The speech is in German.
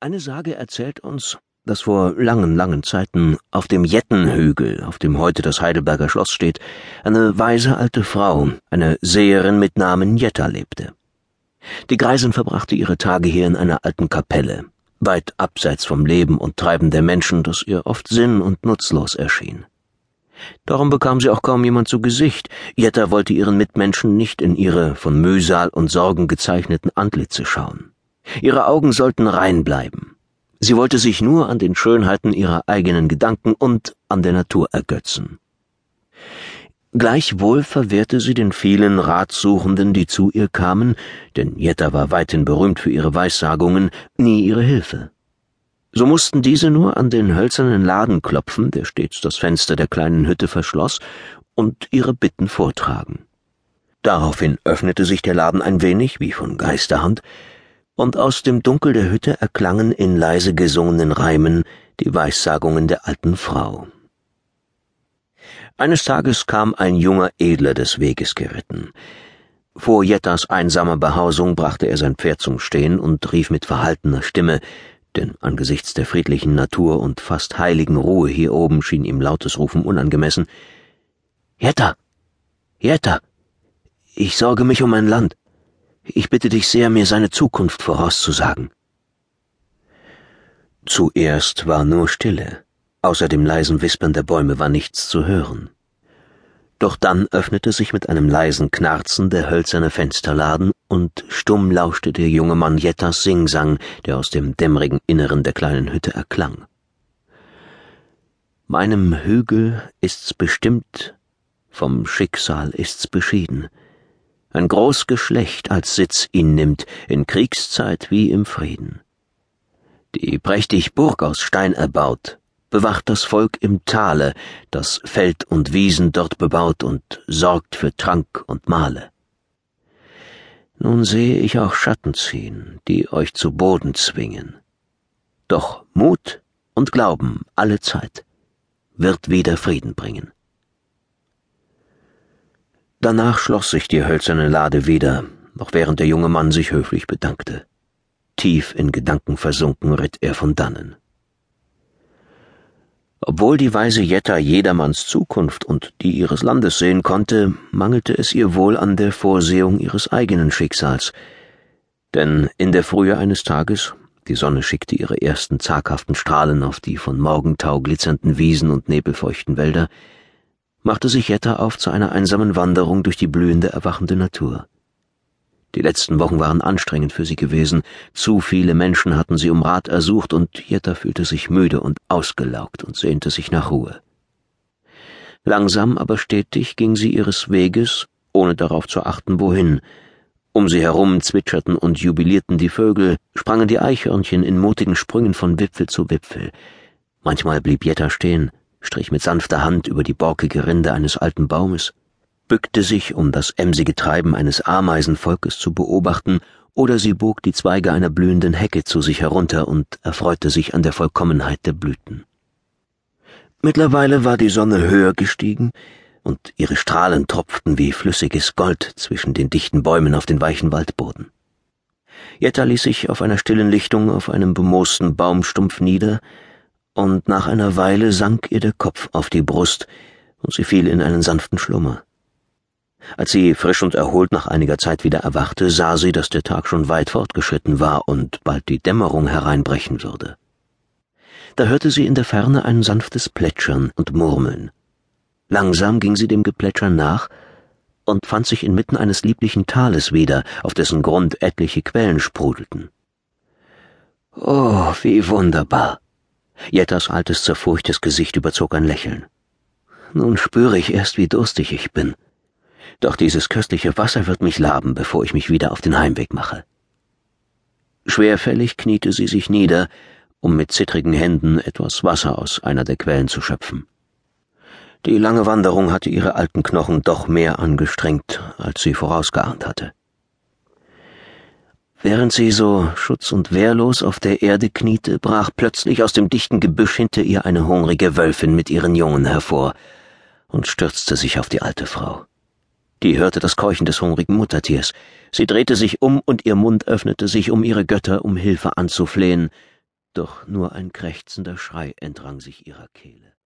Eine Sage erzählt uns, dass vor langen Zeiten auf dem Jettenhügel, auf dem heute das Heidelberger Schloss steht, eine weise alte Frau, eine Seherin mit Namen Jetta lebte. Die Greisin verbrachte ihre Tage hier in einer alten Kapelle, weit abseits vom Leben und Treiben der Menschen, das ihr oft sinn- und nutzlos erschien. Darum bekam sie auch kaum jemand zu Gesicht. Jetta wollte ihren Mitmenschen nicht in ihre von Mühsal und Sorgen gezeichneten Antlitze schauen. Ihre Augen sollten rein bleiben. Sie wollte sich nur an den Schönheiten ihrer eigenen Gedanken und an der Natur ergötzen. Gleichwohl verwehrte sie den vielen Ratsuchenden, die zu ihr kamen, denn Jetta war weithin berühmt für ihre Weissagungen, nie ihre Hilfe. So mussten diese nur an den hölzernen Laden klopfen, der stets das Fenster der kleinen Hütte verschloss, und ihre Bitten vortragen. Daraufhin öffnete sich der Laden ein wenig, wie von Geisterhand, und aus dem Dunkel der Hütte erklangen in leise gesungenen Reimen die Weissagungen der alten Frau. Eines Tages kam ein junger Edler des Weges geritten. Vor Jettas einsamer Behausung brachte er sein Pferd zum Stehen und rief mit verhaltener Stimme, denn angesichts der friedlichen Natur und fast heiligen Ruhe hier oben schien ihm lautes Rufen unangemessen: »Jetta! Jetta! Ich sorge mich um mein Land. Ich bitte dich sehr, mir seine Zukunft vorauszusagen.« Zuerst war nur Stille. Außer dem leisen Wispern der Bäume war nichts zu hören. Doch dann öffnete sich mit einem leisen Knarzen der hölzerne Fensterladen, und stumm lauschte der junge Mann Jettas Singsang, der aus dem dämmerigen Inneren der kleinen Hütte erklang. »Meinem Hügel ist's bestimmt, vom Schicksal ist's beschieden. Ein groß Geschlecht als Sitz ihn nimmt, in Kriegszeit wie im Frieden. Die prächtig Burg aus Stein erbaut, bewacht das Volk im Tale, das Feld und Wiesen dort bebaut und sorgt für Trank und Mahle. Nun sehe ich auch Schatten ziehen, die euch zu Boden zwingen. Doch Mut und Glauben allezeit wird wieder Frieden bringen.« Danach schloss sich die hölzerne Lade wieder, noch während der junge Mann sich höflich bedankte. Tief in Gedanken versunken ritt er von dannen. Obwohl die weise Jetta jedermanns Zukunft und die ihres Landes sehen konnte, mangelte es ihr wohl an der Vorsehung ihres eigenen Schicksals. Denn in der Frühe eines Tages, die Sonne schickte ihre ersten zaghaften Strahlen auf die von Morgentau glitzernden Wiesen und nebelfeuchten Wälder, machte sich Jetta auf zu einer einsamen Wanderung durch die blühende, erwachende Natur. Die letzten Wochen waren anstrengend für sie gewesen, zu viele Menschen hatten sie um Rat ersucht, und Jetta fühlte sich müde und ausgelaugt und sehnte sich nach Ruhe. Langsam, aber stetig ging sie ihres Weges, ohne darauf zu achten, wohin. Um sie herum zwitscherten und jubilierten die Vögel, sprangen die Eichhörnchen in mutigen Sprüngen von Wipfel zu Wipfel. Manchmal blieb Jetta stehen, strich mit sanfter Hand über die borkige Rinde eines alten Baumes, bückte sich, um das emsige Treiben eines Ameisenvolkes zu beobachten, oder sie bog die Zweige einer blühenden Hecke zu sich herunter und erfreute sich an der Vollkommenheit der Blüten. Mittlerweile war die Sonne höher gestiegen, und ihre Strahlen tropften wie flüssiges Gold zwischen den dichten Bäumen auf den weichen Waldboden. Jetta ließ sich auf einer stillen Lichtung auf einem bemoosten Baumstumpf nieder, und nach einer Weile sank ihr der Kopf auf die Brust, und sie fiel in einen sanften Schlummer. Als sie frisch und erholt nach einiger Zeit wieder erwachte, sah sie, dass der Tag schon weit fortgeschritten war und bald die Dämmerung hereinbrechen würde. Da hörte sie in der Ferne ein sanftes Plätschern und Murmeln. Langsam ging sie dem Geplätscher nach und fand sich inmitten eines lieblichen Tales wieder, auf dessen Grund etliche Quellen sprudelten. »Oh, wie wunderbar!« Jettas altes, zerfurchtes Gesicht überzog ein Lächeln. »Nun spüre ich erst, wie durstig ich bin. Doch dieses köstliche Wasser wird mich laben, bevor ich mich wieder auf den Heimweg mache.« Schwerfällig kniete sie sich nieder, um mit zittrigen Händen etwas Wasser aus einer der Quellen zu schöpfen. Die lange Wanderung hatte ihre alten Knochen doch mehr angestrengt, als sie vorausgeahnt hatte. Während sie so schutz- und wehrlos auf der Erde kniete, brach plötzlich aus dem dichten Gebüsch hinter ihr eine hungrige Wölfin mit ihren Jungen hervor und stürzte sich auf die alte Frau. Die hörte das Keuchen des hungrigen Muttertiers. Sie drehte sich um, und ihr Mund öffnete sich, um ihre Götter um Hilfe anzuflehen. Doch nur ein krächzender Schrei entrang sich ihrer Kehle.